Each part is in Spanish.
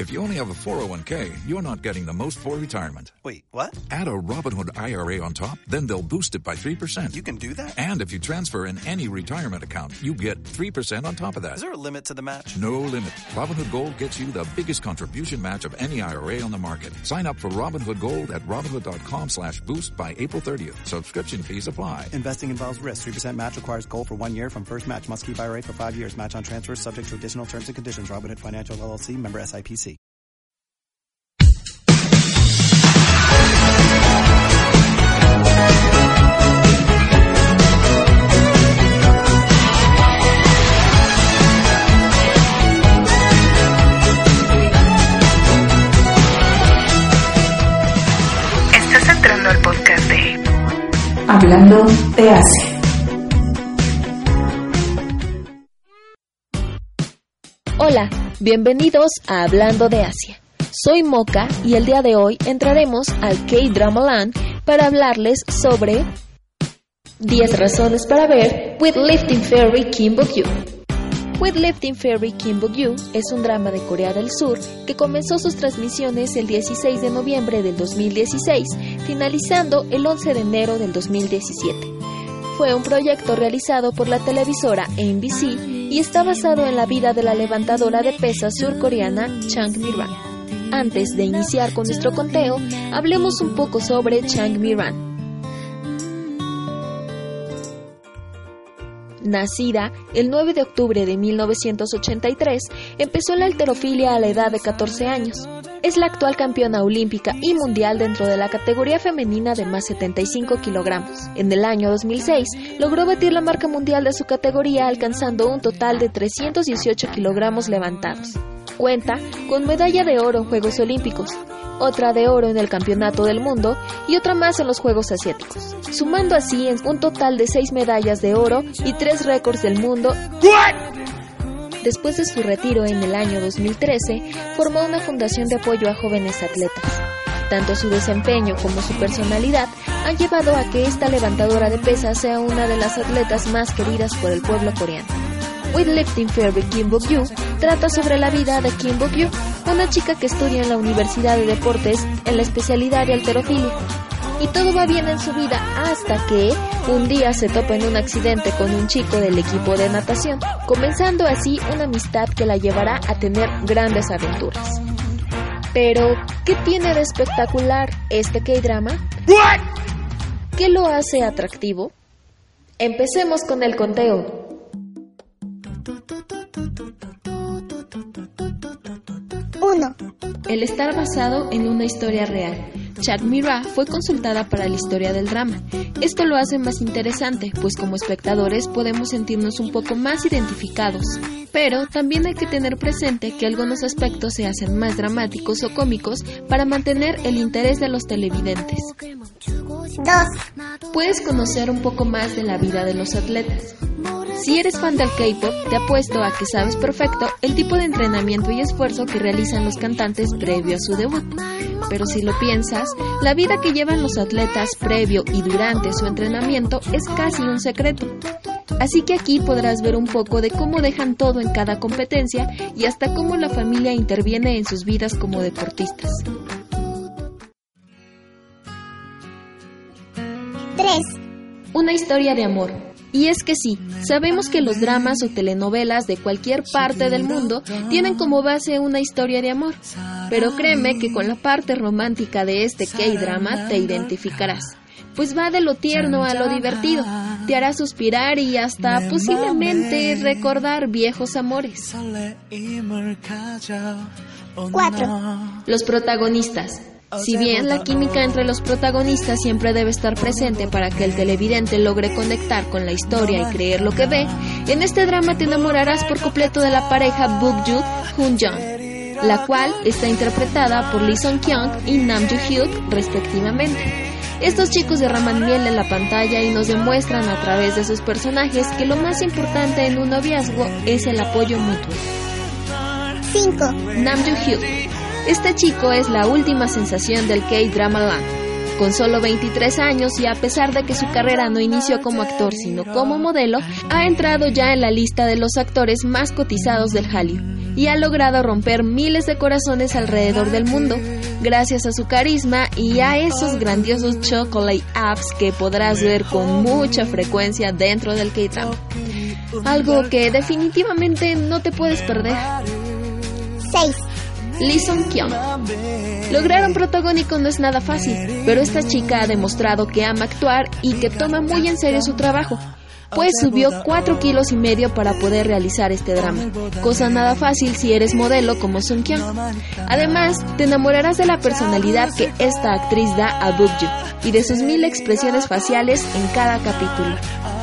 If you only have a 401k, you're not getting the most for retirement. Wait, what? Add a Robinhood IRA on top, then they'll boost it by 3%. You can do that? And if you transfer in any retirement account, you get 3% on top of that. Is there a limit to the match? No limit. Robinhood Gold gets you the biggest contribution match of any IRA on the market. Sign up for Robinhood Gold at Robinhood.com/boost by April 30th. Subscription fees apply. Investing involves risk. 3% match requires gold for 1 year from first match. Must keep IRA for 5 years. Match on transfers subject to additional terms and conditions. Robinhood Financial LLC, member SIPC. Estás entrando al podcast de Hablando de Asia. Hola, bienvenidos a Hablando de Asia. Soy Mocha y el día de hoy entraremos al K-Drama Land para hablarles sobre 10 razones para ver Weightlifting Fairy Kim Bok-yoo. Weightlifting Fairy Kim Bok-yoo es un drama de Corea del Sur que comenzó sus transmisiones el 16 de noviembre del 2016, finalizando el 11 de enero del 2017. Fue un proyecto realizado por la televisora MBC y está basado en la vida de la levantadora de pesas surcoreana Chang Mi-ran. Antes de iniciar con nuestro conteo, hablemos un poco sobre Chang Mi-ran. Nacida el 9 de octubre de 1983, empezó la halterofilia a la edad de 14 años. Es la actual campeona olímpica y mundial dentro de la categoría femenina de más 75 kilogramos. En el año 2006, logró batir la marca mundial de su categoría alcanzando un total de 318 kilogramos levantados. Cuenta con medalla de oro en Juegos Olímpicos, otra de oro en el Campeonato del Mundo y otra más en los Juegos Asiáticos, sumando así un total de 6 medallas de oro y 3 récords del mundo. Después de su retiro en el año 2013, formó una fundación de apoyo a jóvenes atletas. Tanto su desempeño como su personalidad han llevado a que esta levantadora de pesas sea una de las atletas más queridas por el pueblo coreano. Weightlifting Fairy Kim Bok-yoo trata sobre la vida de Kim Bok-yoo, una chica que estudia en la Universidad de Deportes en la especialidad de halterofilia. Y todo va bien en su vida hasta que un día se topa en un accidente con un chico del equipo de natación, comenzando así una amistad que la llevará a tener grandes aventuras. Pero, ¿qué tiene de espectacular este K-drama? ¿Qué lo hace atractivo? Empecemos con el conteo. 1. El estar basado en una historia real. Chang Mi-ran fue consultada para la historia del drama. Esto lo hace más interesante, pues como espectadores podemos sentirnos un poco más identificados. Pero también hay que tener presente que algunos aspectos se hacen más dramáticos o cómicos para mantener el interés de los televidentes. 2. Puedes conocer un poco más de la vida de los atletas. Si eres fan del K-pop, te apuesto a que sabes perfecto el tipo de entrenamiento y esfuerzo que realizan los cantantes previo a su debut. Pero si lo piensas, la vida que llevan los atletas previo y durante su entrenamiento es casi un secreto. Así que aquí podrás ver un poco de cómo dejan todo en cada competencia y hasta cómo la familia interviene en sus vidas como deportistas. 3. Una historia de amor. Y es que sí, sabemos que los dramas o telenovelas de cualquier parte del mundo tienen como base una historia de amor. Pero créeme que con la parte romántica de este K-drama te identificarás. Pues va de lo tierno a lo divertido, te hará suspirar y hasta posiblemente recordar viejos amores. 4. Los protagonistas. Si bien la química entre los protagonistas siempre debe estar presente para que el televidente logre conectar con la historia y creer lo que ve, en este drama te enamorarás por completo de la pareja Bok-joo-Hoon-jung, la cual está interpretada por Lee Sung-kyung y Nam Joo-hyuk respectivamente. Estos chicos derraman miel en la pantalla y nos demuestran a través de sus personajes que lo más importante en un noviazgo es el apoyo mutuo. 5. Nam Joo-hyuk. Este chico es la última sensación del K-Drama Land. Con solo 23 años y a pesar de que su carrera no inició como actor sino como modelo, ha entrado ya en la lista de los actores más cotizados del Hollywood y ha logrado romper miles de corazones alrededor del mundo, gracias a su carisma y a esos grandiosos chocolate abs que podrás ver con mucha frecuencia dentro del K-drama. Algo que definitivamente no te puedes perder. 6. Lee Sung-kyung. Lograr un protagónico no es nada fácil, pero esta chica ha demostrado que ama actuar y que toma muy en serio su trabajo, pues subió 4,5 kilos para poder realizar este drama, cosa nada fácil si eres modelo como Sung-kyung. Además, te enamorarás de la personalidad que esta actriz da a Bok-joo y de sus 1000 expresiones faciales en cada capítulo.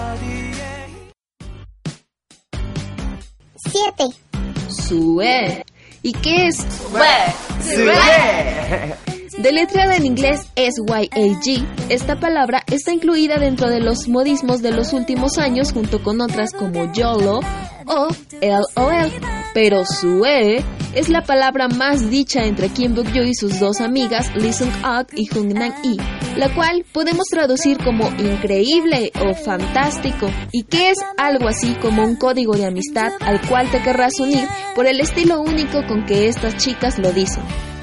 7. Sue. ¿Y qué es Sue? Deletreada en inglés SYAG, esta palabra está incluida dentro de los modismos de los últimos años junto con otras como YOLO o LOL, pero Sue es la palabra más dicha entre Kim Bok-joo y sus dos amigas Lee Sung-ok y Jung Nam-hee, la cual podemos traducir como increíble o fantástico, y que es algo así como un código de amistad al cual te querrás unir por el estilo único con que estas chicas lo dicen.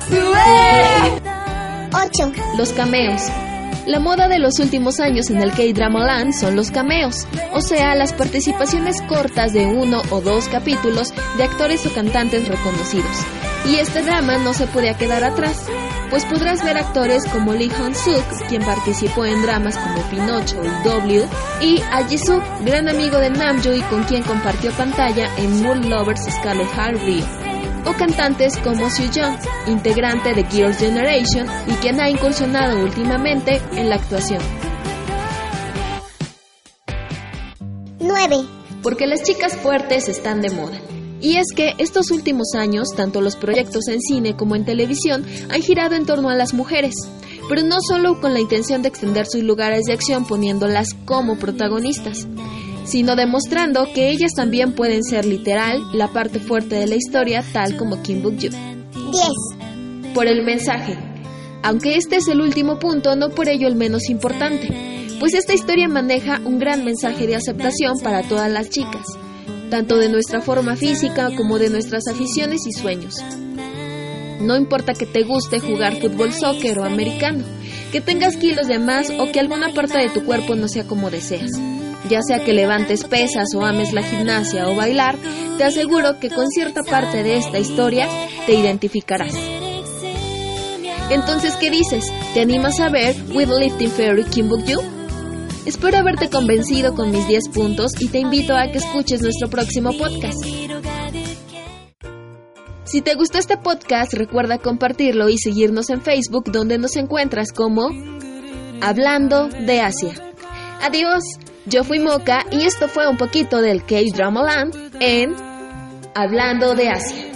8. Los cameos. La moda de los últimos años en el K-Drama Land son los cameos, o sea, las participaciones cortas de 1 o 2 capítulos de actores o cantantes reconocidos. Y este drama no se podía quedar atrás, pues podrás ver actores como Lee Han-suk, quien participó en dramas como Pinocho y W, y a Jisoo, gran amigo de Namjoon y con quien compartió pantalla en Moon Lovers Scarlet Heart Rio. O cantantes como Soo-jung, integrante de Girls' Generation y quien ha incursionado últimamente en la actuación. 9. Porque las chicas fuertes están de moda. Y es que estos últimos años, tanto los proyectos en cine como en televisión han girado en torno a las mujeres, pero no solo con la intención de extender sus lugares de acción poniéndolas como protagonistas, sino demostrando que ellas también pueden ser literal la parte fuerte de la historia, tal como Kim Bok-joo. 10. Por el mensaje. Aunque este es el último punto, no por ello el menos importante, pues esta historia maneja un gran mensaje de aceptación para todas las chicas, tanto de nuestra forma física como de nuestras aficiones y sueños. No importa que te guste jugar fútbol, soccer o americano, que tengas kilos de más o que alguna parte de tu cuerpo no sea como deseas. Ya sea que levantes pesas o ames la gimnasia o bailar, te aseguro que con cierta parte de esta historia te identificarás. Entonces, ¿qué dices? ¿Te animas a ver With Lifting Fairy Kim Bok-joo? Espero haberte convencido con mis 10 puntos y te invito a que escuches nuestro próximo podcast. Si te gustó este podcast, recuerda compartirlo y seguirnos en Facebook, donde nos encuentras como Hablando de Asia. Adiós. Yo fui Mocha y esto fue un poquito del K-Drama Land en Hablando de Asia.